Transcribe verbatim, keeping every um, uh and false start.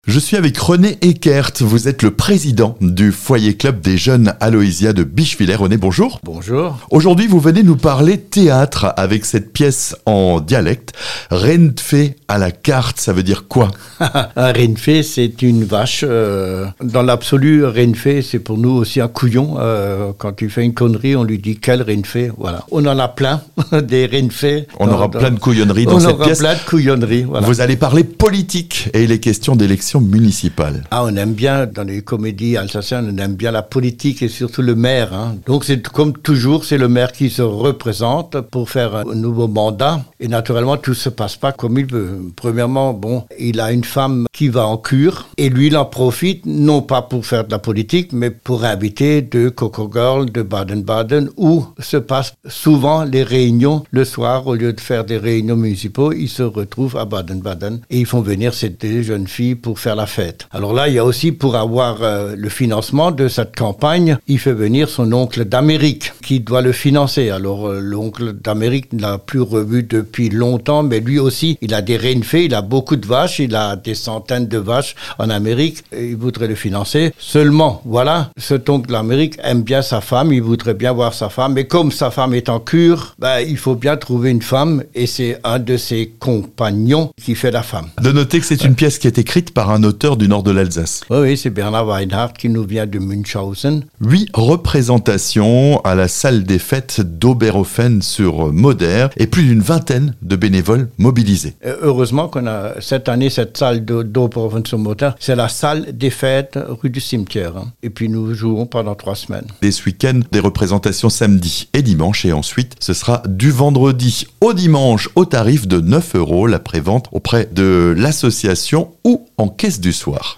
Je suis avec René Eckert, vous êtes le président du Foyer Club des Jeunes Aloysia de Bischwiller. René, bonjour. Bonjour. Aujourd'hui, vous venez nous parler théâtre avec cette pièce en dialecte. Rindfee à la carte, ça veut dire quoi? Un Rindfee, c'est une vache. Euh, dans l'absolu, Rindfee, c'est pour nous aussi un couillon. Euh, quand tu fais une connerie, on lui dit quel Rindfee. Voilà. On en a plein, des Rindfee. On dans, aura dans, plein de couillonneries dans cette pièce. On aura plein de couillonneries, voilà. Vous allez parler politique et les questions d'élection municipale. Ah, on aime bien, dans les comédies alsaciennes, on aime bien la politique et surtout le maire. Hein. Donc, c'est comme toujours, c'est le maire qui se représente pour faire un nouveau mandat. Et naturellement, tout se passe pas comme il veut. Premièrement, bon, il a une femme qui va en cure et lui, il en profite, non pas pour faire de la politique, mais pour inviter deux Coco Girls de Baden-Baden où se passent souvent les réunions le soir. Au lieu de faire des réunions municipaux, ils se retrouvent à Baden-Baden et ils font venir ces deux jeunes filles pour faire la fête. Alors là, il y a aussi, pour avoir euh, le financement de cette campagne, il fait venir son oncle d'Amérique qui doit le financer. Alors euh, l'oncle d'Amérique ne l'a plus revu depuis longtemps, mais lui aussi, il a des Rindfee, il a beaucoup de vaches, il a des centaines de vaches en Amérique, et il voudrait le financer. Seulement, voilà, cet oncle d'Amérique aime bien sa femme, il voudrait bien voir sa femme, mais comme sa femme est en cure, ben, il faut bien trouver une femme, et c'est un de ses compagnons qui fait la femme. De noter que c'est une pièce qui est écrite par un auteur du nord de l'Alsace. Oui, oui, c'est Bernard Weinhardt qui nous vient de Münchhausen. Huit représentations à la salle des fêtes d'Oberhofen sur Moder et plus d'une vingtaine de bénévoles mobilisés. Heureusement qu'on a cette année cette salle d'Oberhofen sur Moder, c'est la salle des fêtes rue du Cimetière. Hein. Et puis nous jouons pendant trois semaines. Et ce week-end, des représentations samedi et dimanche et ensuite ce sera du vendredi au dimanche au tarif de neuf euros la prévente auprès de l'association ou en caisse du soir.